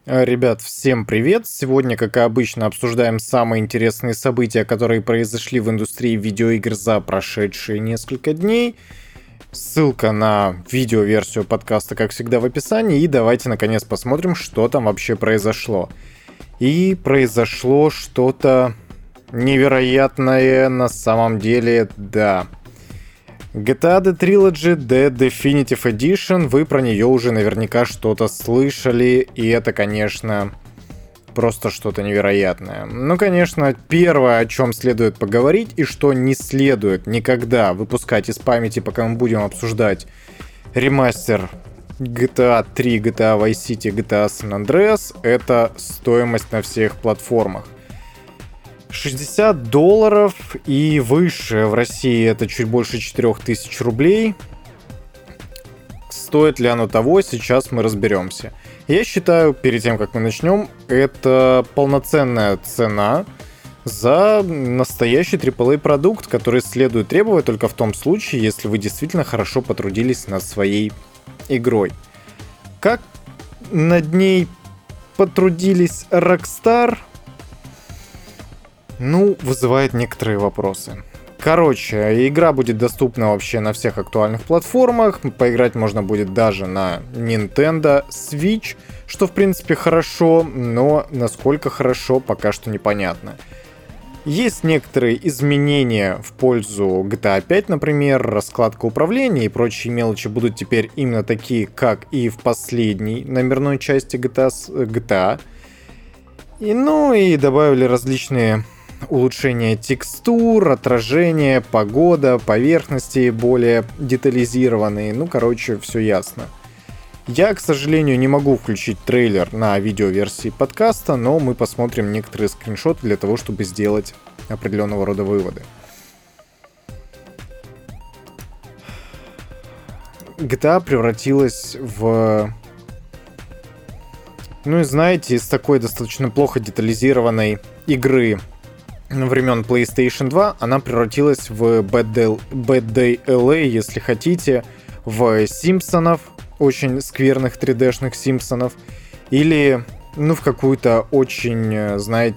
Ребят, всем привет! Сегодня, как и обычно, обсуждаем самые интересные события, которые произошли в индустрии видеоигр за прошедшие несколько дней. Ссылка на видеоверсию подкаста, как всегда, в описании. И давайте, наконец, посмотрим, что там вообще произошло. И произошло что-то невероятное на самом деле, да. GTA The Trilogy The Definitive Edition, вы про нее уже наверняка что-то слышали, и это, конечно, просто что-то невероятное. Ну, конечно, первое, о чем следует поговорить, и что не следует никогда выпускать из памяти, пока мы будем обсуждать ремастер GTA 3, GTA Vice City, GTA San Andreas, это стоимость на всех платформах. $60 и выше в России это чуть больше 4000 рублей. Стоит ли оно того, сейчас мы разберемся. Я считаю, перед тем, как мы начнем, это полноценная цена за настоящий AAA продукт, который следует требовать только в том случае, если вы действительно хорошо потрудились над своей игрой. Как над ней потрудились Rockstar? Вызывает некоторые вопросы. Короче, игра будет доступна вообще на всех актуальных платформах. Поиграть можно будет даже на Nintendo Switch, что в принципе хорошо, но насколько хорошо, пока что непонятно. Есть некоторые изменения в пользу GTA 5, например, раскладка управления и прочие мелочи будут теперь именно такие, как и в последней номерной части GTA. И добавили различные улучшение текстур, отражения, погода, поверхности более детализированные. Все ясно. Я, к сожалению, не могу включить трейлер на видеоверсии подкаста, но мы посмотрим некоторые скриншоты для того, чтобы сделать определенного рода выводы. GTA превратилась в... из такой достаточно плохо детализированной игры времен PlayStation 2 она превратилась в Bad Day LA, если хотите, в Симпсонов, очень скверных 3D-шных Симпсонов, или, в какую-то очень,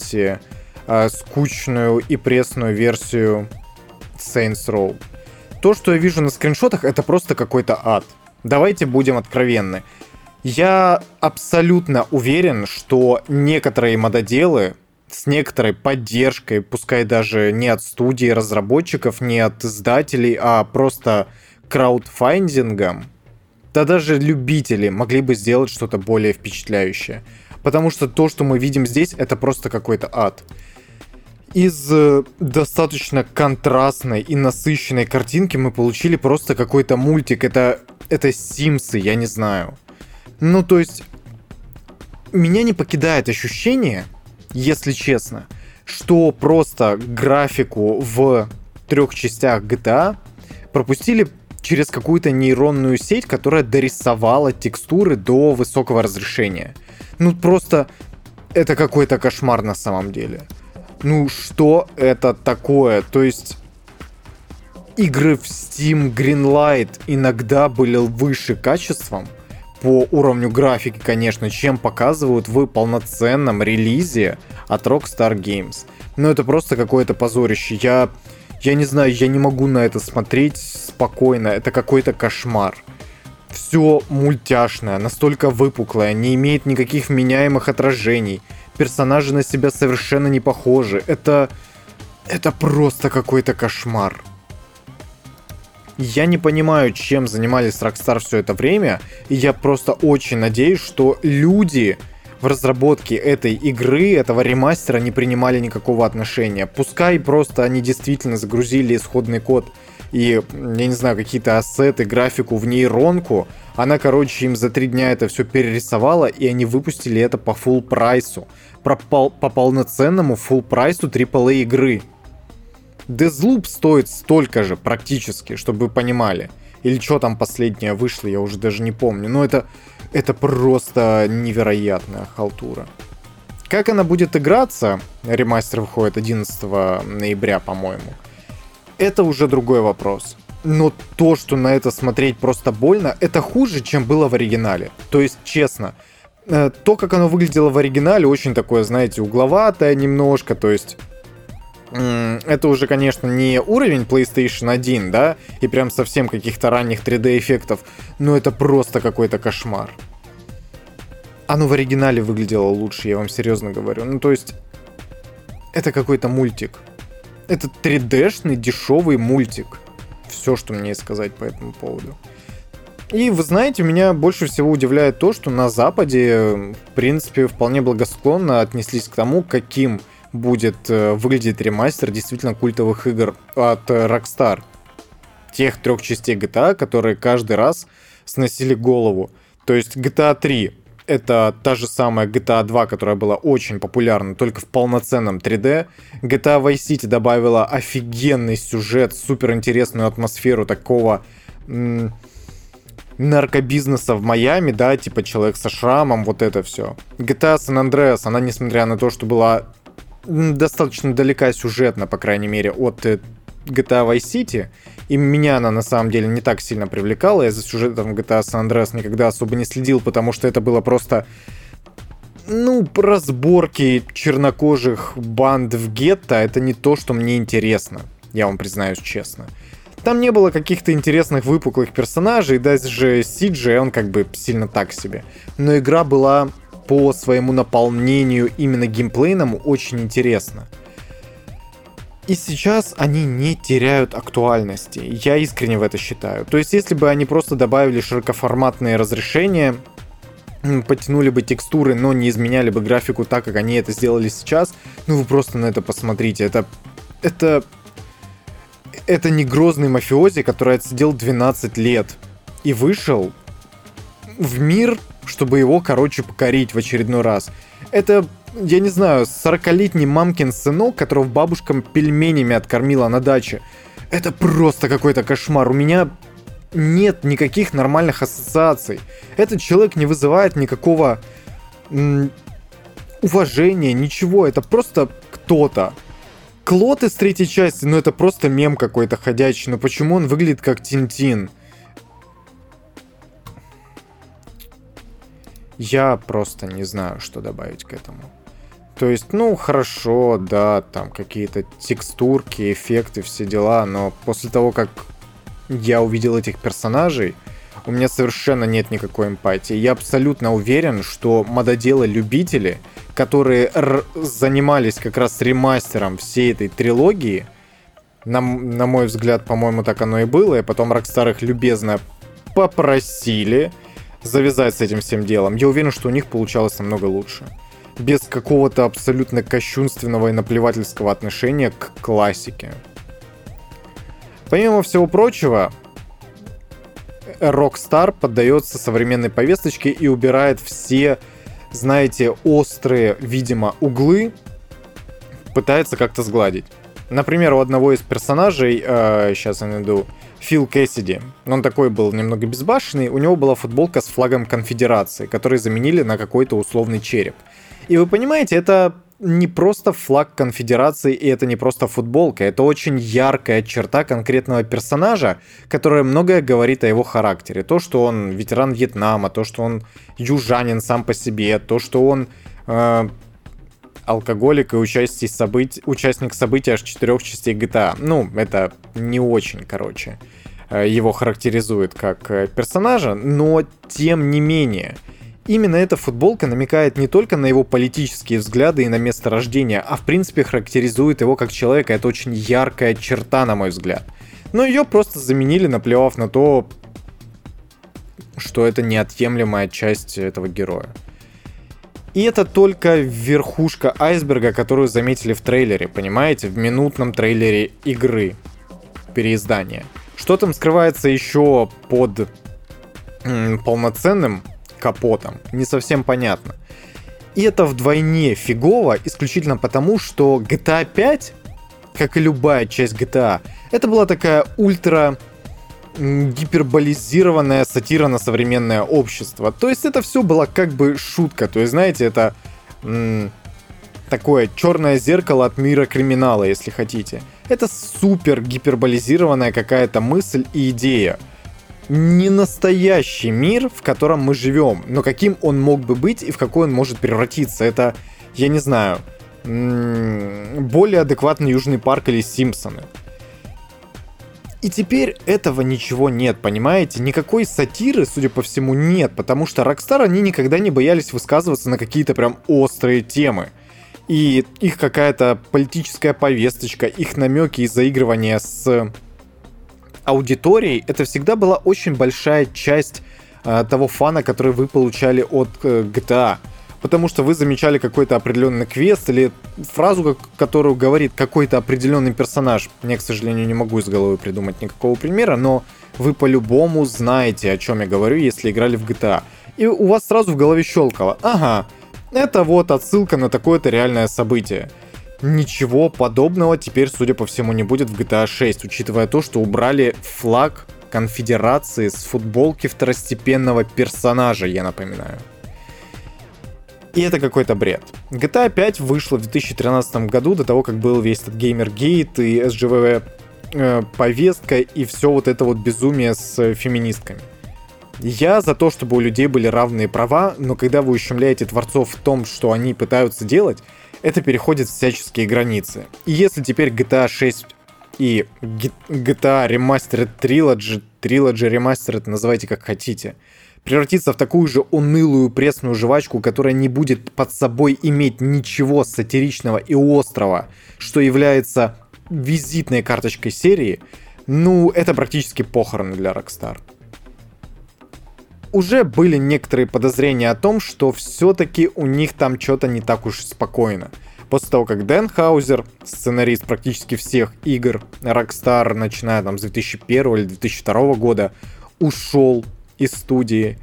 скучную и пресную версию Saints Row. То, что я вижу на скриншотах, это просто какой-то ад. Давайте будем откровенны. Я абсолютно уверен, что некоторые мододелы с некоторой поддержкой, пускай даже не от студии разработчиков, не от издателей, а просто краудфандингом, да даже любители могли бы сделать что-то более впечатляющее. Потому что то, что мы видим здесь, это просто какой-то ад. Из достаточно контрастной и насыщенной картинки мы получили просто какой-то мультик. Это Симсы, я не знаю. Меня не покидает ощущение, если честно, что просто графику в 3 частях GTA пропустили через какую-то нейронную сеть, которая дорисовала текстуры до высокого разрешения. Просто это какой-то кошмар на самом деле. Что это такое? То есть игры в Steam Greenlight иногда были выше качеством, по уровню графики, конечно, чем показывают в полноценном релизе от Rockstar Games. Это просто какое-то позорище. Я не знаю, я не могу на это смотреть спокойно. Это какой-то кошмар. Все мультяшное, настолько выпуклое, не имеет никаких вменяемых отражений. Персонажи на себя совершенно не похожи. Это просто какой-то кошмар. Я не понимаю, чем занимались Rockstar все это время, и я просто очень надеюсь, что люди в разработке этой игры, этого ремастера не принимали никакого отношения. Пускай просто они действительно загрузили исходный код и, я не знаю, какие-то ассеты, графику в нейронку, она, им за 3 дня это все перерисовала, и они выпустили это по фулл прайсу. По полноценному фулл прайсу AAA игры. Deathloop стоит столько же, практически, чтобы вы понимали. Или что там последнее вышло, я уже даже не помню. Это просто невероятная халтура. Как она будет играться, ремастер выходит 11 ноября, по-моему, это уже другой вопрос. Но то, что на это смотреть просто больно, это хуже, чем было в оригинале. То есть, честно, То, как оно выглядело в оригинале, очень такое, знаете, угловатое немножко, то есть... Это уже, конечно, не уровень PlayStation 1, да, и прям совсем каких-то ранних 3D-эффектов, но это просто какой-то кошмар. Оно в оригинале выглядело лучше, я вам серьезно говорю. Ну, то есть, это какой-то мультик. Это 3D-шный дешевый мультик. Все, что мне сказать по этому поводу. И вы знаете, меня больше всего удивляет то, что на Западе, в принципе, вполне благосклонно отнеслись к тому, каким будет выглядеть ремастер действительно культовых игр от Rockstar. Тех 3 частей GTA, которые каждый раз сносили голову. То есть GTA 3 — это та же самая GTA 2, которая была очень популярна, только в полноценном 3D. GTA Vice City добавила офигенный сюжет, суперинтересную атмосферу такого наркобизнеса в Майами, да, типа человек со шрамом, вот это все. GTA San Andreas, она, несмотря на то, что была достаточно далека сюжетно, по крайней мере, от GTA Vice City, и меня она на самом деле не так сильно привлекала, я за сюжетом GTA San Andreas никогда особо не следил, потому что это было просто, разборки чернокожих банд в гетто, это не то, что мне интересно, я вам признаюсь честно. Там не было каких-то интересных выпуклых персонажей, даже CJ, он как бы сильно так себе. Но игра была по своему наполнению именно геймплейному очень интересна. И сейчас они не теряют актуальности. Я искренне в это считаю. То есть, если бы они просто добавили широкоформатные разрешения, потянули бы текстуры, но не изменяли бы графику так, как они это сделали сейчас, вы просто на это посмотрите. Это не грозный мафиози, который отсидел 12 лет и вышел в мир, чтобы его, покорить в очередной раз. Это, я не знаю, 40-летний мамкин сынок, которого бабушка пельменями откормила на даче. Это просто какой-то кошмар. У меня нет никаких нормальных ассоциаций. Этот человек не вызывает никакого уважения, ничего. Это просто кто-то. Клод из 3-й части, это просто мем какой-то ходячий. Но почему он выглядит как Тинтин? Я просто не знаю, что добавить к этому. То есть, хорошо, да, там какие-то текстурки, эффекты, все дела, но после того, как я увидел этих персонажей, у меня совершенно нет никакой эмпатии. Я абсолютно уверен, что мододелы-любители, которые занимались как раз ремастером всей этой трилогии, на мой взгляд, по-моему, так оно и было, и потом Rockstar их любезно попросили завязать с этим всем делом. Я уверен, что у них получалось намного лучше. Без какого-то абсолютно кощунственного и наплевательского отношения к классике. Помимо всего прочего, Rockstar поддается современной повесточке и убирает все, знаете, острые, видимо, углы, пытается как-то сгладить. Например, у одного из персонажей, сейчас я найду, Фил Кэссиди, он такой был немного безбашенный, у него была футболка с флагом конфедерации, который заменили на какой-то условный череп. И вы понимаете, это не просто флаг конфедерации, и это не просто футболка, это очень яркая черта конкретного персонажа, которая многое говорит о его характере. То, что он ветеран Вьетнама, то, что он южанин сам по себе, то, что он алкоголик и участник событий аж 4 частей GTA. Это не очень, его характеризует как персонажа, но тем не менее. Именно эта футболка намекает не только на его политические взгляды и на место рождения, а в принципе характеризует его как человека. Это очень яркая черта, на мой взгляд. Но ее просто заменили, наплевав на то, что это неотъемлемая часть этого героя. И это только верхушка айсберга, которую заметили в трейлере, понимаете? В минутном трейлере игры. Переиздания. Что там скрывается еще под полноценным капотом, не совсем понятно. И это вдвойне фигово, исключительно потому, что GTA 5, как и любая часть GTA, это была такая ультра гиперболизированная сатира на современное общество. То есть это все было как бы шутка. То есть, знаете, это такое черное зеркало от мира криминала, если хотите. Это супер гиперболизированная какая-то мысль и идея. не настоящий мир, в котором мы живем, но каким он мог бы быть и в какой он может превратиться. Это, я не знаю, более адекватный Южный парк или Симпсоны. И теперь этого ничего нет, понимаете? Никакой сатиры, судя по всему, нет, потому что Rockstar, они никогда не боялись высказываться на какие-то прям острые темы. И их какая-то политическая повесточка, их намеки и заигрывания с аудиторией, это всегда была очень большая часть того фана, который вы получали от GTA. Потому что вы замечали какой-то определенный квест или фразу, которую говорит какой-то определенный персонаж. Я, к сожалению, не могу из головы придумать никакого примера, но вы по-любому знаете, о чем я говорю, если играли в GTA. И у вас сразу в голове щелкало: ага, это вот отсылка на такое-то реальное событие. Ничего подобного теперь, судя по всему, не будет в GTA 6, учитывая то, что убрали флаг конфедерации с футболки второстепенного персонажа, я напоминаю. И это какой-то бред. GTA 5 вышла в 2013 году, до того, как был весь этот Gamergate и SJW повестка и все вот это вот безумие с феминистками. Я за то, чтобы у людей были равные права, но когда вы ущемляете творцов в том, что они пытаются делать, это переходит всяческие границы. И если теперь GTA 6 и GTA Remastered Trilogy Remastered, называйте как хотите, превратиться в такую же унылую пресную жвачку, которая не будет под собой иметь ничего сатиричного и острого, что является визитной карточкой серии, ну, это практически похороны для Rockstar. Уже были некоторые подозрения о том, что все-таки у них там что-то не так уж спокойно. После того, как Дэн Хаузер, сценарист практически всех игр Rockstar, начиная там с 2001 или 2002 года, ушел из студии.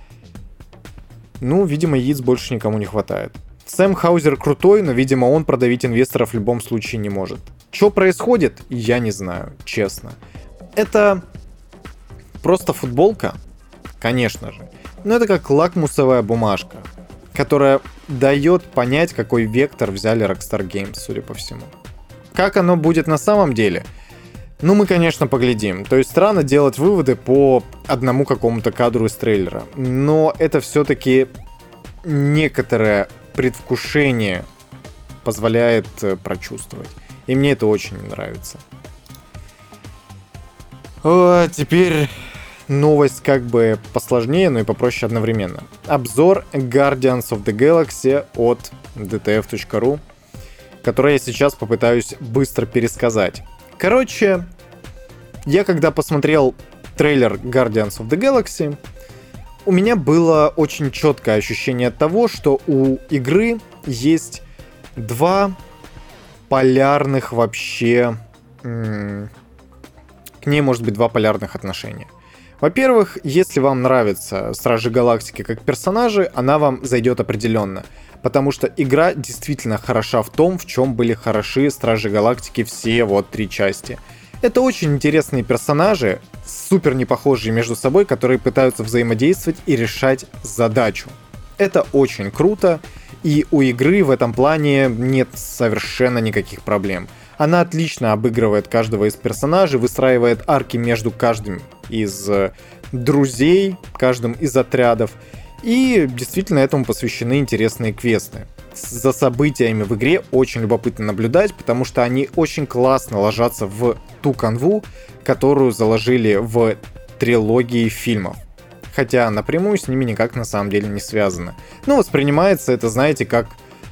Ну, видимо, яиц больше никому не хватает. Сэм Хаузер крутой, но, видимо, он продавить инвесторов в любом случае не может. Что происходит, я не знаю, честно. Это просто футболка, конечно же. Но это как лакмусовая бумажка, которая дает понять, какой вектор взяли Rockstar Games, судя по всему. Как оно будет на самом деле? Ну, мы, конечно, поглядим. То есть странно делать выводы по одному какому-то кадру из трейлера. Но это все-таки некоторое предвкушение позволяет прочувствовать. И мне это очень нравится. Теперь новость как бы посложнее, но и попроще одновременно. Обзор Guardians of the Galaxy от dtf.ru, который я сейчас попытаюсь быстро пересказать. Короче, я когда посмотрел трейлер Guardians of the Galaxy, у меня было очень четкое ощущение того, что у игры есть два полярных вообще... К ней может быть два полярных отношения. Во-первых, если вам нравятся Стражи Галактики как персонажи, она вам зайдет определенно. Потому что игра действительно хороша в том, в чем были хороши Стражи Галактики все вот 3 части. Это очень интересные персонажи, супер не похожие между собой, которые пытаются взаимодействовать и решать задачу. Это очень круто, и у игры в этом плане нет совершенно никаких проблем. Она отлично обыгрывает каждого из персонажей, выстраивает арки между каждым из друзей, каждым из отрядов. И действительно этому посвящены интересные квесты. За событиями в игре очень любопытно наблюдать, потому что они очень классно ложатся в ту канву, которую заложили в трилогии фильмов. Хотя напрямую с ними никак на самом деле не связано. Но воспринимается это, знаете, как,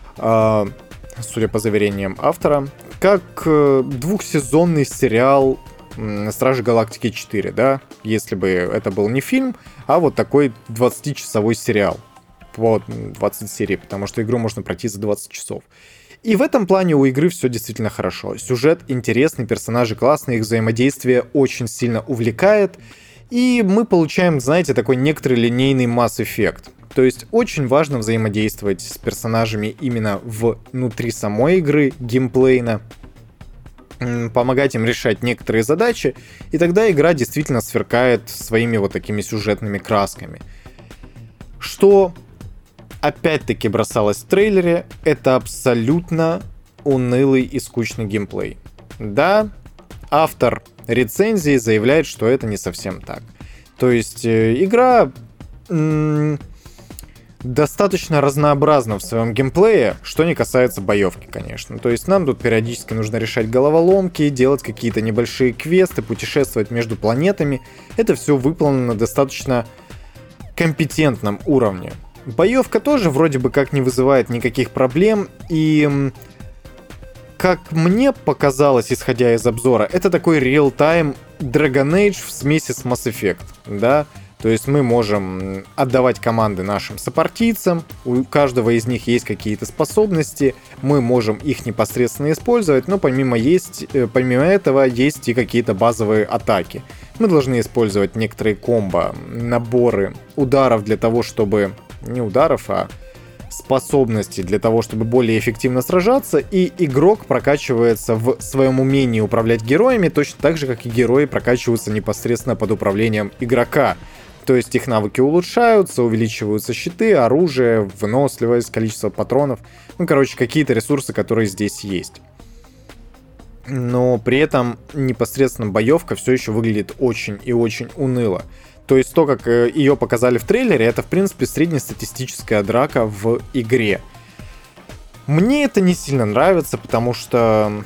судя по заверениям автора, как двухсезонный сериал Стражи Галактики 4, да? Если бы это был не фильм, а вот такой 20-часовой сериал. Вот 20 серий, потому что игру можно пройти за 20 часов. И в этом плане у игры все действительно хорошо. Сюжет интересный, персонажи классные, их взаимодействие очень сильно увлекает. И мы получаем, знаете, такой некоторый линейный масс-эффект. То есть очень важно взаимодействовать с персонажами именно внутри самой игры, геймплейно. Помогать им решать некоторые задачи, и тогда игра действительно сверкает своими вот такими сюжетными красками. Что опять-таки бросалось в трейлере, это абсолютно унылый и скучный геймплей. Да, автор рецензии заявляет, что это не совсем так. То есть игра достаточно разнообразна в своем геймплее, что не касается боевки, конечно. То есть нам тут периодически нужно решать головоломки, делать какие-то небольшие квесты, путешествовать между планетами. Это все выполнено на достаточно компетентном уровне. Боевка тоже вроде бы как не вызывает никаких проблем, и как мне показалось, исходя из обзора, это такой real-time Dragon Age в смеси с Mass Effect, да? То есть мы можем отдавать команды нашим сопартийцам, у каждого из них есть какие-то способности, мы можем их непосредственно использовать, но помимо этого есть и какие-то базовые атаки. Мы должны использовать некоторые комбо, наборы ударов для того, чтобы... Не ударов, а способностей для того, чтобы более эффективно сражаться, и игрок прокачивается в своем умении управлять героями точно так же, как и герои прокачиваются непосредственно под управлением игрока. То есть их навыки улучшаются, увеличиваются щиты, оружие, выносливость, количество патронов. Ну, короче, какие-то ресурсы, которые здесь есть. Но при этом непосредственно боевка все еще выглядит очень и очень уныло. То есть то, как ее показали в трейлере, это, в принципе, среднестатистическая драка в игре. Мне это не сильно нравится, потому что,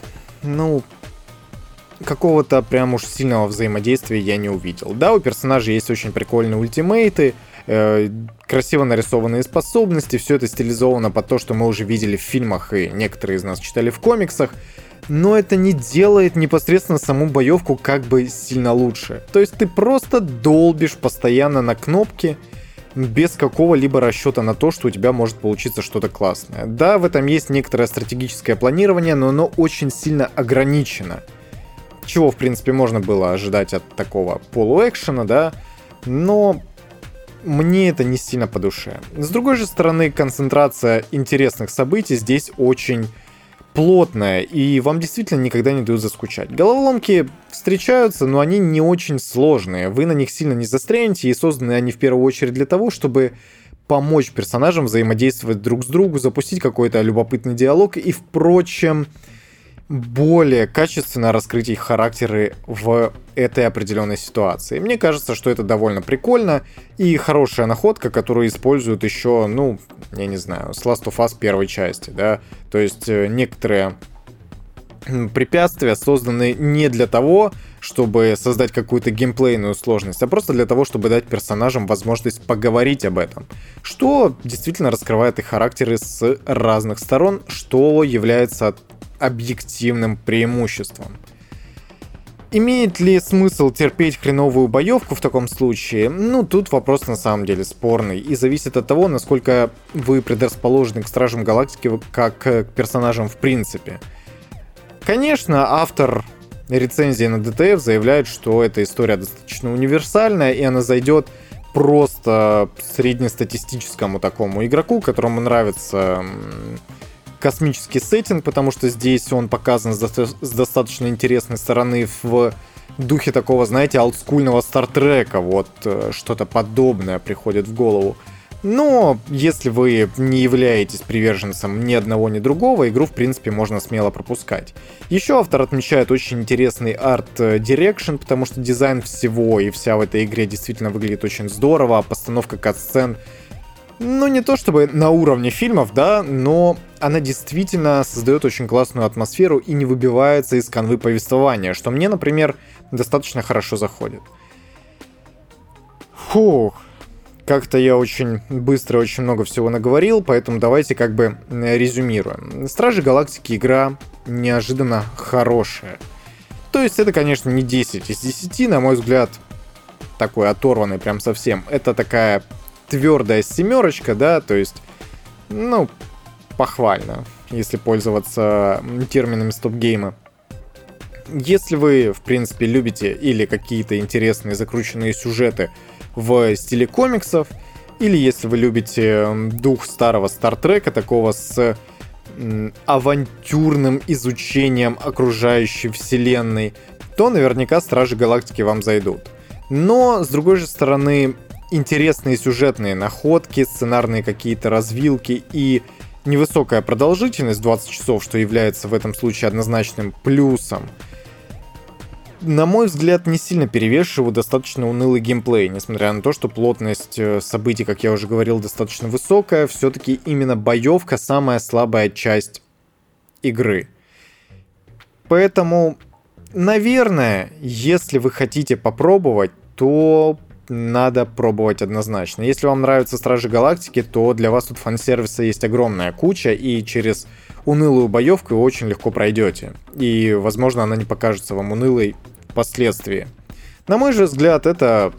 какого-то прям уж сильного взаимодействия я не увидел. Да, у персонажей есть очень прикольные ультимейты, красиво нарисованные способности, все это стилизовано под то, что мы уже видели в фильмах и некоторые из нас читали в комиксах. Но это не делает непосредственно саму боевку как бы сильно лучше. То есть ты просто долбишь постоянно на кнопки без какого-либо расчета на то, что у тебя может получиться что-то классное. Да, в этом есть некоторое стратегическое планирование, но оно очень сильно ограничено. Чего, в принципе, можно было ожидать от такого полуэкшена, да, но мне это не сильно по душе. С другой же стороны, концентрация интересных событий здесь очень плотная, и вам действительно никогда не дают заскучать. Головоломки встречаются, но они не очень сложные. Вы на них сильно не застрянете, и созданы они в первую очередь для того, чтобы помочь персонажам взаимодействовать друг с другом, запустить какой-то любопытный диалог и, впрочем, более качественно раскрыть их характеры в этой определенной ситуации. Мне кажется, что это довольно прикольно и хорошая находка, которую используют еще, я не знаю, с Last of Us первой части, да. То есть некоторые препятствия созданы не для того, чтобы создать какую-то геймплейную сложность, а просто для того, чтобы дать персонажам возможность поговорить об этом, что действительно раскрывает их характеры с разных сторон, что является объективным преимуществом. Имеет ли смысл терпеть хреновую боевку в таком случае? Тут вопрос на самом деле спорный и зависит от того, насколько вы предрасположены к Стражам Галактики как к персонажам в принципе. Конечно, автор рецензии на DTF заявляет, что эта история достаточно универсальная и она зайдет просто среднестатистическому такому игроку, которому нравится космический сеттинг, потому что здесь он показан с достаточно интересной стороны в духе такого, знаете, олдскульного Стартрека, вот что-то подобное приходит в голову. Но если вы не являетесь приверженцем ни одного, ни другого, игру, в принципе, можно смело пропускать. Еще автор отмечает очень интересный арт-дирекшн, потому что дизайн всего и вся в этой игре действительно выглядит очень здорово, а постановка кат-сцен, не то чтобы на уровне фильмов, да, но она действительно создает очень классную атмосферу и не выбивается из канвы повествования, что мне, например, достаточно хорошо заходит. Как-то я очень быстро очень много всего наговорил, поэтому давайте резюмируем. Стражи Галактики игра неожиданно хорошая. То есть это, конечно, не 10 из 10, на мой взгляд, такой оторванный прям совсем. Это такая твердая семерочка, да, то есть, похвально, если пользоваться терминами стоп-гейма. Если вы, в принципе, любите или какие-то интересные закрученные сюжеты в стиле комиксов, или если вы любите дух старого Стартрека, такого с авантюрным изучением окружающей вселенной, то наверняка Стражи Галактики вам зайдут. Но, с другой же стороны, интересные сюжетные находки, сценарные какие-то развилки и невысокая продолжительность 20 часов, что является в этом случае однозначным плюсом, на мой взгляд, не сильно перевешивает достаточно унылый геймплей, несмотря на то, что плотность событий, как я уже говорил, достаточно высокая, все-таки именно боевка самая слабая часть игры. Поэтому, наверное, если вы хотите попробовать, то надо пробовать однозначно. Если вам нравятся Стражи Галактики, то для вас тут фан-сервиса есть огромная куча, и через унылую боевку вы очень легко пройдете. И, возможно, она не покажется вам унылой впоследствии. На мой же взгляд, это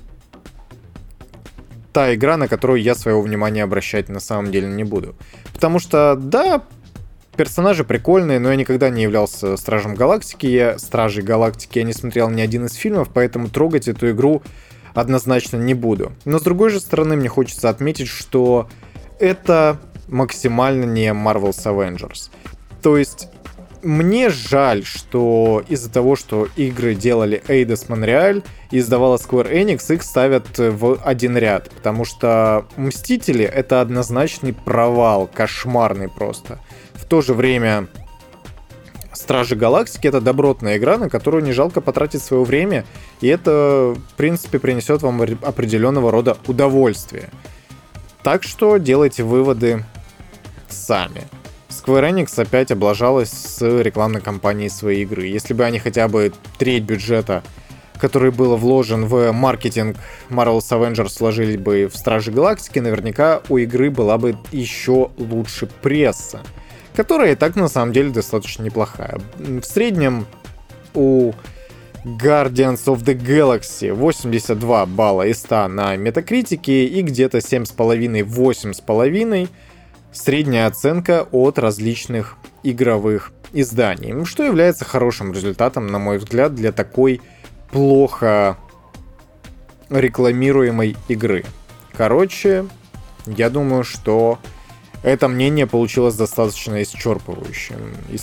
та игра, на которую я своего внимания обращать на самом деле не буду. Потому что, да, персонажи прикольные, но я никогда не являлся Стражем Галактики. Стражей Галактики я не смотрел ни один из фильмов, поэтому трогать эту игру однозначно не буду. Но с другой же стороны, мне хочется отметить, что это максимально не Marvel's Avengers. То есть, мне жаль, что из-за того, что игры делали Eidos Montreal и издавала Square Enix, их ставят в один ряд. Потому что Мстители — это однозначный провал, кошмарный просто. В то же время Стражи Галактики — это добротная игра, на которую не жалко потратить свое время, и это, в принципе, принесет вам определенного рода удовольствие. Так что делайте выводы сами. Square Enix опять облажалась с рекламной кампанией своей игры. Если бы они хотя бы треть бюджета, который был вложен в маркетинг Marvel's Avengers, вложили бы в Стражи Галактики, наверняка у игры была бы еще лучше пресса, которая и так на самом деле достаточно неплохая. В среднем у Guardians of the Galaxy 82 балла из 100 на Метакритике и где-то 7,5-8,5 средняя оценка от различных игровых изданий, что является хорошим результатом, на мой взгляд, для такой плохо рекламируемой игры. Короче, я думаю, что это мнение получилось достаточно исчерпывающим.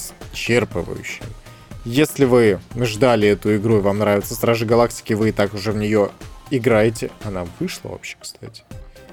Если вы ждали эту игру и вам нравятся Стражи Галактики, вы и так уже в нее играете. Она вышла вообще, кстати.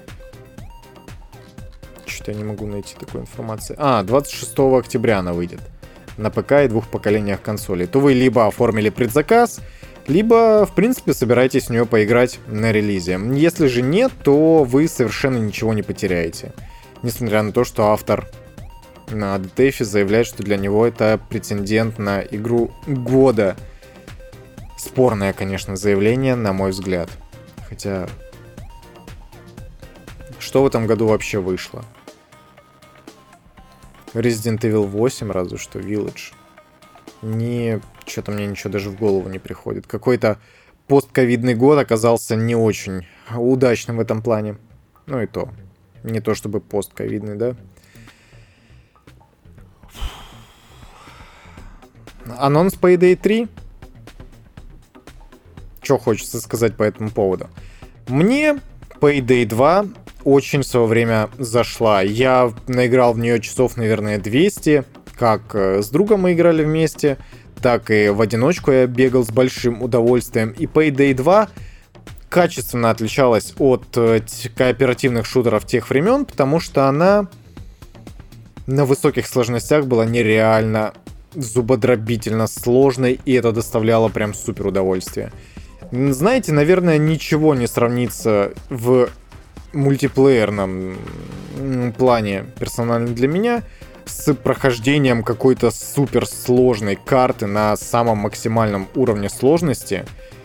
Что-то я не могу найти такой информации. 26 октября она выйдет. На ПК и двух поколениях консолей. То вы либо оформили предзаказ, либо, в принципе, собираетесь в нее поиграть на релизе. Если же нет, то вы совершенно ничего не потеряете. Несмотря на то, что автор на DTF заявляет, что для него это претендент на игру года. Спорное, конечно, заявление, на мой взгляд. Хотя, что в этом году вообще вышло? Resident Evil 8, разве что, Village. Что-то мне ничего даже в голову не приходит. Какой-то постковидный год оказался не очень удачным в этом плане. Ну и то. Не то чтобы постковидный, да? Анонс Payday 3? Что хочется сказать по этому поводу? Мне Payday 2 очень в свое время зашла. Я наиграл в нее часов, наверное, 200. Как с другом мы играли вместе, так и в одиночку я бегал с большим удовольствием. И Payday 2 качественно отличалась от кооперативных шутеров тех времен, потому что она на высоких сложностях была нереально зубодробительно сложной, и это доставляло прям супер удовольствие. Знаете, наверное, ничего не сравнится в мультиплеерном плане персонально для меня с прохождением какой-то супер сложной карты на самом максимальном уровне сложности,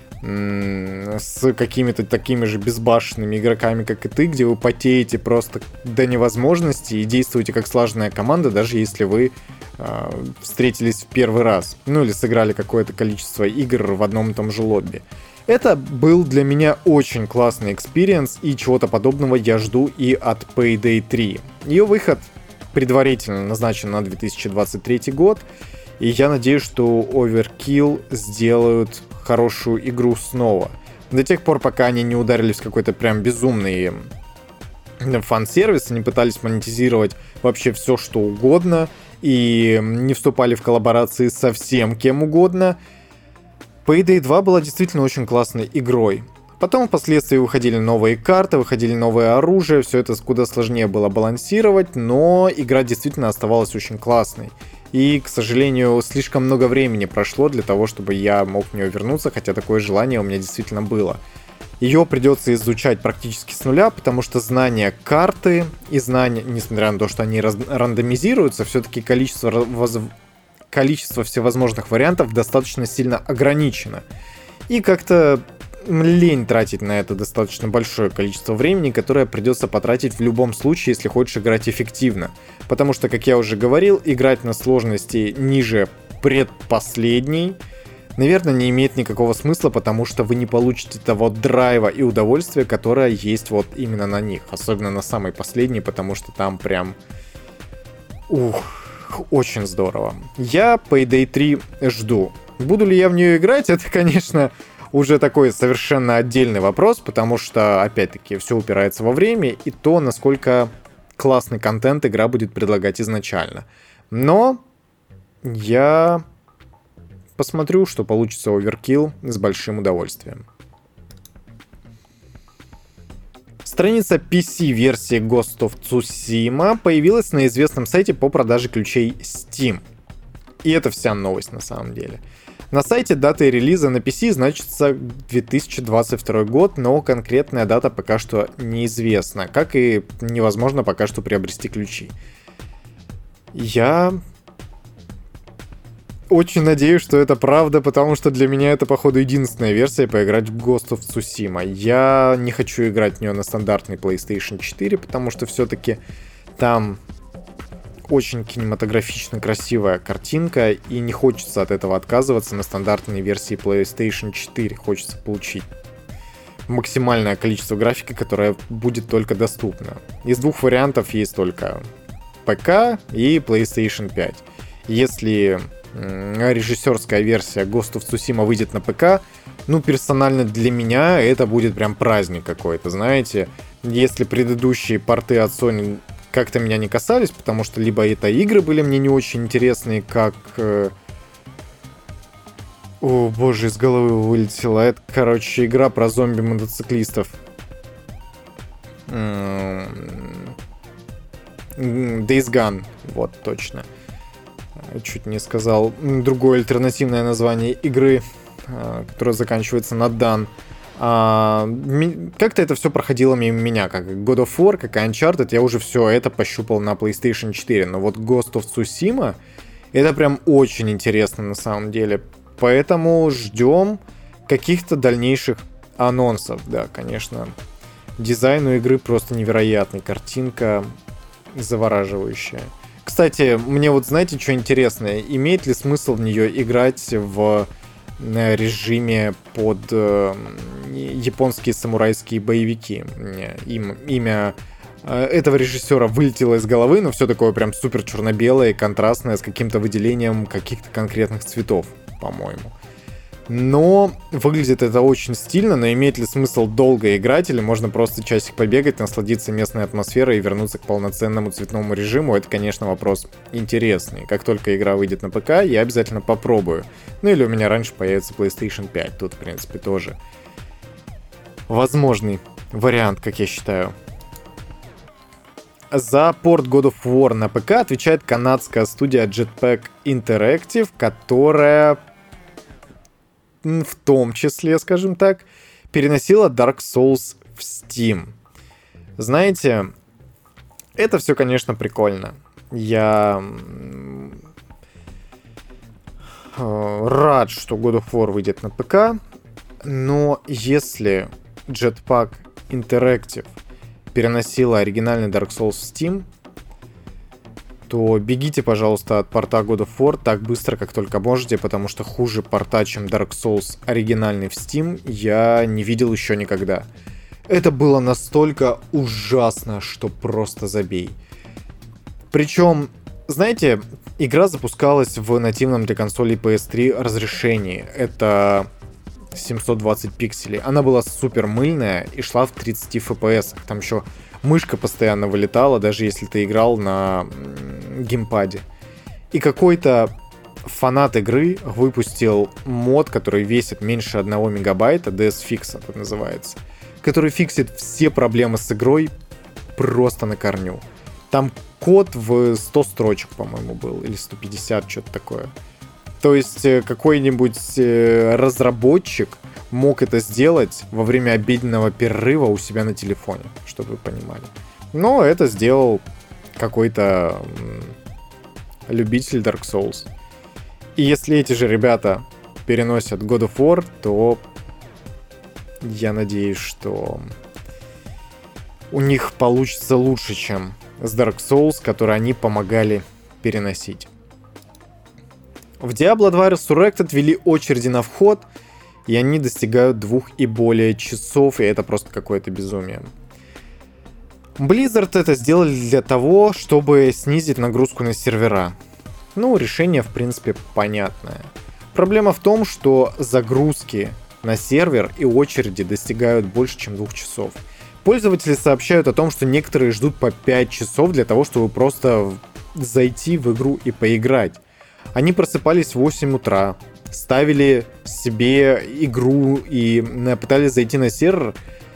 с какими-то такими же безбашенными игроками, как и ты, где вы потеете просто до невозможности и действуете как слаженная команда, даже если вы встретились в первый раз, ну или сыграли какое-то количество игр в одном и том же лобби. Это был для меня очень классный экспириенс, и чего-то подобного я жду и от Payday 3. Ее выход предварительно назначен на 2023 год, и я надеюсь, что Overkill сделают хорошую игру снова. До тех пор, пока они не ударились в какой-то прям безумный фан-сервис, не пытались монетизировать вообще все, что угодно, и не вступали в коллаборации со всем кем угодно. Payday 2 была действительно очень классной игрой. Потом впоследствии выходили новые карты, выходили новое оружие, все это куда сложнее было балансировать, но игра действительно оставалась очень классной. И, к сожалению, слишком много времени прошло для того, чтобы я мог в нее вернуться, хотя такое желание у меня действительно было. Ее придется изучать практически с нуля, потому что знания карты и знания, несмотря на то, что они рандомизируются, все-таки количество всевозможных вариантов достаточно сильно ограничено. И как-то лень тратить на это достаточно большое количество времени, которое придется потратить в любом случае, если хочешь играть эффективно. Потому что, как я уже говорил, играть на сложности ниже предпоследней, наверное, не имеет никакого смысла, потому что вы не получите того драйва и удовольствия, которое есть вот именно на них. Особенно на самой последней, потому что там прям... очень здорово. Я Payday 3 жду. Буду ли я в нее играть? Это, конечно, уже такой совершенно отдельный вопрос, потому что, опять-таки, все упирается во время и то, насколько классный контент игра будет предлагать изначально. Но я посмотрю, что получится Overkill с большим удовольствием. Страница PC-версии Ghost of Tsushima появилась на известном сайте по продаже ключей Steam. И это вся новость на самом деле. На сайте дата релиза на PC значится 2022 год, но конкретная дата пока что неизвестна, как и невозможно пока что приобрести ключи. Я очень надеюсь, что это правда, потому что для меня это, походу, единственная версия поиграть в Ghost of Tsushima. Я не хочу играть в нее на стандартный PlayStation 4, потому что все-таки там очень кинематографично красивая картинка, и не хочется от этого отказываться на стандартной версии PlayStation 4. Хочется получить максимальное количество графики, которое будет только доступно. Из двух вариантов есть только ПК и PlayStation 5. Если режиссерская версия Ghost of Tsushima выйдет на ПК, ну, персонально для меня это будет прям праздник какой-то, знаете. Если предыдущие порты от Sony как-то меня не касались, потому что либо это игры были мне не очень интересные, как... О, боже, из головы вылетело. Это, короче, игра про зомби-мотоциклистов. Days Gone, вот, точно. Чуть не сказал другое альтернативное название игры, которая заканчивается на Done. Как-то это все проходило мимо меня, как God of War, как Uncharted, я уже все это пощупал на PlayStation 4, но вот Ghost of Tsushima, это прям очень интересно на самом деле, поэтому ждем каких-то дальнейших анонсов, да, конечно. Дизайн у игры просто невероятный, картинка завораживающая. Кстати, мне вот знаете, что интересное, имеет ли смысл в нее играть в режиме под японские самурайские боевики? Имя этого режиссера вылетело из головы, но все такое прям супер черно-белое, контрастное, с каким-то выделением каких-то конкретных цветов, по-моему. Но выглядит это очень стильно, но имеет ли смысл долго играть, или можно просто часик побегать, насладиться местной атмосферой и вернуться к полноценному цветному режиму? Это, конечно, вопрос интересный. Как только игра выйдет на ПК, я обязательно попробую. Ну или у меня раньше появится PlayStation 5, тут, в принципе, тоже возможный вариант, как я считаю. За порт God of War на ПК отвечает канадская студия Jetpack Interactive, которая в том числе, скажем так, переносила Dark Souls в Steam. Знаете, это все, конечно, прикольно. Я рад, что God of War выйдет на ПК, но если Jetpack Interactive переносила оригинальный Dark Souls в Steam, то бегите, пожалуйста, от порта God of War так быстро, как только можете, потому что хуже порта, чем Dark Souls оригинальный в Steam, я не видел еще никогда. Это было настолько ужасно, что просто забей. Причем, знаете, игра запускалась в нативном для консолей PS3 разрешении. Это 720 пикселей. Она была супер мыльная и шла в 30 FPS. Там еще мышка постоянно вылетала, даже если ты играл на геймпаде. И какой-то фанат игры выпустил мод, который весит меньше 1 мегабайта, DS Fix это называется, который фиксит все проблемы с игрой просто на корню. Там код в 100 строчек, по-моему, был, или 150, что-то такое. То есть какой-нибудь разработчик мог это сделать во время обеденного перерыва у себя на телефоне, чтобы вы понимали. Но это сделал какой-то любитель Dark Souls. И если эти же ребята переносят God of War, то я надеюсь, что у них получится лучше, чем с Dark Souls, который они помогали переносить. В Diablo 2 Resurrected ввели очереди на вход, и они достигают 2 и более часов, и это просто какое-то безумие. Blizzard это сделали для того, чтобы снизить нагрузку на сервера. Ну, решение, в принципе, понятное. Проблема в том, что загрузки на сервер и очереди достигают больше, чем 2 часов. Пользователи сообщают о том, что некоторые ждут по 5 часов для того, чтобы просто зайти в игру и поиграть. Они просыпались в 8 утра, ставили себе игру и пытались зайти на сервер,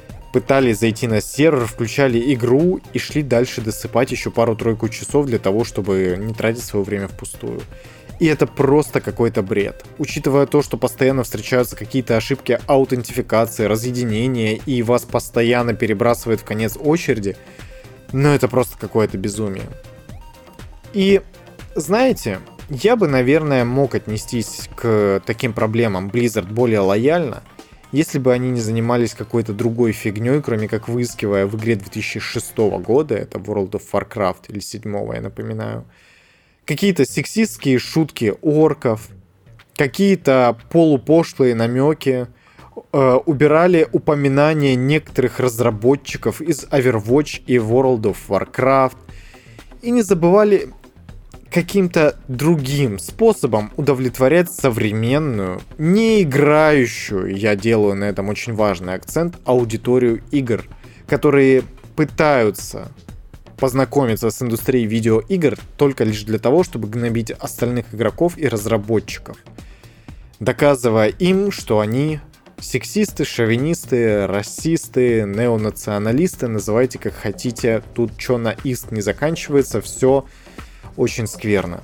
включали игру и шли дальше досыпать еще пару-тройку часов для того, чтобы не тратить свое время впустую. И это просто какой-то бред. Учитывая то, что постоянно встречаются какие-то ошибки аутентификации, разъединения, и вас постоянно перебрасывает в конец очереди, ну это просто какое-то безумие. И знаете, я бы, наверное, мог отнестись к таким проблемам Blizzard более лояльно, если бы они не занимались какой-то другой фигней, кроме как выискивая в игре 2006 года, это World of Warcraft или 7, я напоминаю, какие-то сексистские шутки орков, какие-то полупошлые намеки, убирали упоминания некоторых разработчиков из Overwatch и World of Warcraft, и не забывали каким-то другим способом удовлетворять современную, не играющую, я делаю на этом очень важный акцент, аудиторию игр, которые пытаются познакомиться с индустрией видеоигр только лишь для того, чтобы гнобить остальных игроков и разработчиков, доказывая им, что они сексисты, шовинисты, расисты, неонационалисты, называйте как хотите, тут что на ист не заканчивается, все очень скверно.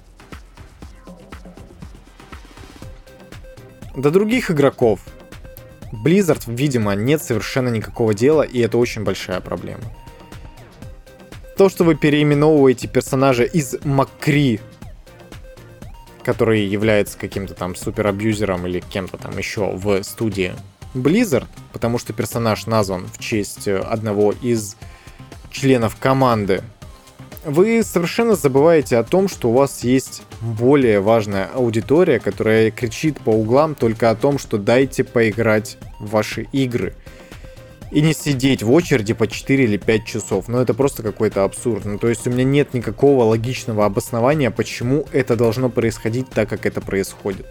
До других игроков Blizzard, видимо, нет совершенно никакого дела, и это очень большая проблема. То, что вы переименовываете персонажа из Маккри, который является каким-то там суперабьюзером или кем-то там еще в студии Blizzard, потому что персонаж назван в честь одного из членов команды, вы совершенно забываете о том, что у вас есть более важная аудитория, которая кричит по углам только о том, что дайте поиграть в ваши игры. И не сидеть в очереди по 4 или 5 часов. Но это просто какой-то абсурд. Ну, то есть у меня нет никакого логичного обоснования, почему это должно происходить так, как это происходит.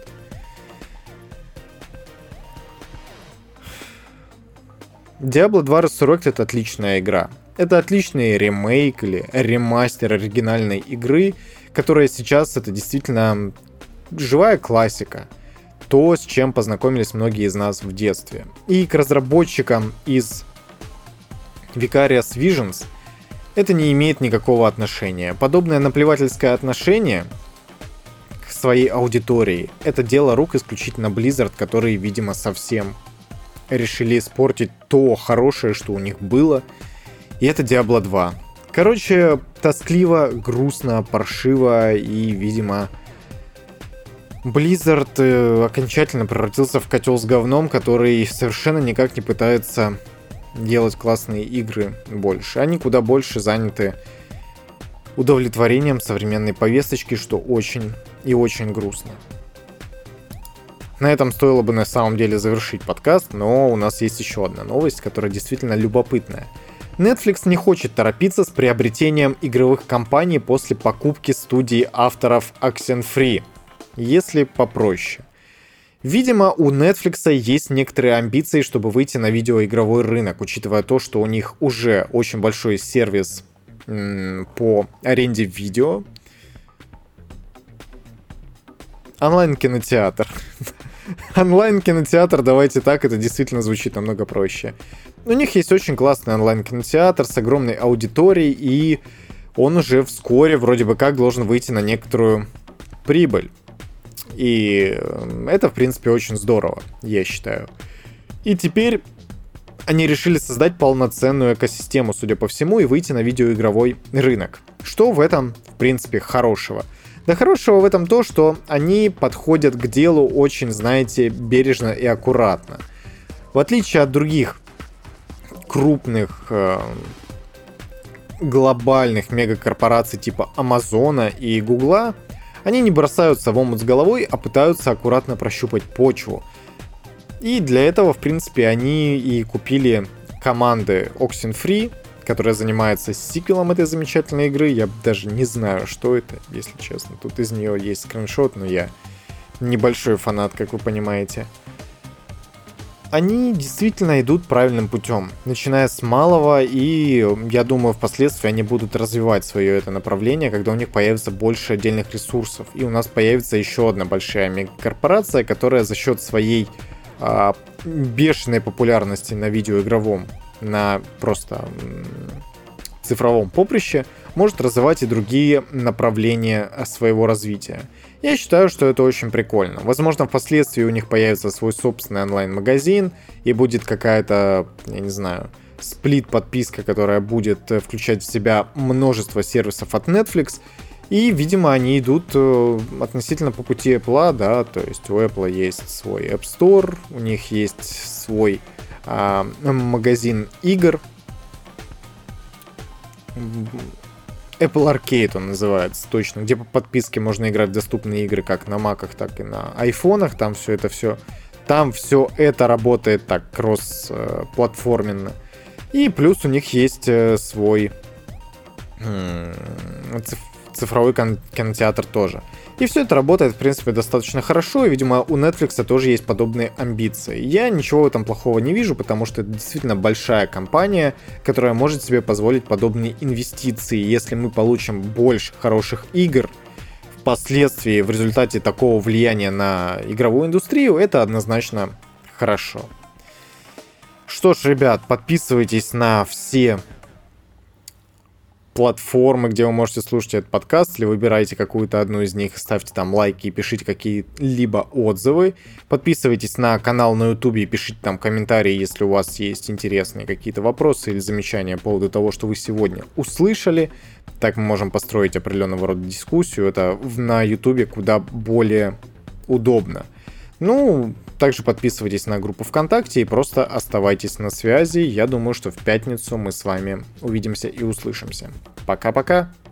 Diablo 2 Resurrected — отличная игра. Это отличный ремейк или ремастер оригинальной игры, которая сейчас это действительно живая классика. То, с чем познакомились многие из нас в детстве. И к разработчикам из Vicarious Visions это не имеет никакого отношения. Подобное наплевательское отношение к своей аудитории — это дело рук исключительно Blizzard, которые, видимо, совсем решили испортить то хорошее, что у них было. И это Diablo 2. Короче, тоскливо, грустно, паршиво, и, видимо, Blizzard окончательно превратился в котел с говном, который совершенно никак не пытается делать классные игры больше. Они куда больше заняты удовлетворением современной повесточки, что очень и очень грустно. На этом стоило бы на самом деле завершить подкаст, но у нас есть еще одна новость, которая действительно любопытная. Netflix не хочет торопиться с приобретением игровых компаний после покупки студии авторов Oxenfree, если попроще. Видимо, у Netflix есть некоторые амбиции, чтобы выйти на видеоигровой рынок, учитывая то, что у них уже очень большой сервис по аренде видео. Онлайн-кинотеатр. Онлайн-кинотеатр, давайте так, это действительно звучит намного проще. У них есть очень классный онлайн-кинотеатр с огромной аудиторией, и он уже вскоре вроде бы как должен выйти на некоторую прибыль. И это, в принципе, очень здорово, я считаю. И теперь они решили создать полноценную экосистему, судя по всему, и выйти на видеоигровой рынок. Что в этом, в принципе, хорошего? Да хорошего в этом то, что они подходят к делу очень, знаете, бережно и аккуратно. В отличие от других крупных глобальных мегакорпораций типа Амазона и Гугла, они не бросаются в омут с головой, а пытаются аккуратно прощупать почву. И для этого, в принципе, они и купили команды Oxenfree, которая занимается сиквелом этой замечательной игры. Я даже не знаю, что это, если честно. Тут из нее есть скриншот, но я небольшой фанат, как вы понимаете. Они действительно идут правильным путем, начиная с малого, и я думаю, впоследствии они будут развивать свое это направление, когда у них появится больше отдельных ресурсов, и у нас появится еще одна большая мегакорпорация, которая за счет своей бешеной популярности на видеоигровом, на просто цифровом поприще, может развивать и другие направления своего развития. Я считаю, что это очень прикольно. Возможно, впоследствии у них появится свой собственный онлайн-магазин и будет какая-то, я не знаю, сплит-подписка, которая будет включать в себя множество сервисов от Netflix. И, видимо, они идут относительно по пути Apple, да, то есть у Apple есть свой App Store, у них есть свой магазин игр. Apple Arcade он называется, точно, где по подписке можно играть в доступные игры как на маках, так и на айфонах, там все это работает так кросс-платформенно. И плюс у них есть свой цифровой кинотеатр тоже. И все это работает, в принципе, достаточно хорошо, и, видимо, у Netflix тоже есть подобные амбиции. Я ничего в этом плохого не вижу, потому что это действительно большая компания, которая может себе позволить подобные инвестиции. Если мы получим больше хороших игр впоследствии в результате такого влияния на игровую индустрию, это однозначно хорошо. Что ж, ребят, подписывайтесь на все платформы, где вы можете слушать этот подкаст, или выбирайте какую-то одну из них, ставьте там лайки и пишите какие-либо отзывы. Подписывайтесь на канал на YouTube и пишите там комментарии, если у вас есть интересные какие-то вопросы или замечания по поводу того, что вы сегодня услышали. Так мы можем построить определенного рода дискуссию. Это на YouTube куда более удобно. Ну, также подписывайтесь на группу ВКонтакте и просто оставайтесь на связи. Я думаю, что в пятницу мы с вами увидимся и услышимся. Пока-пока!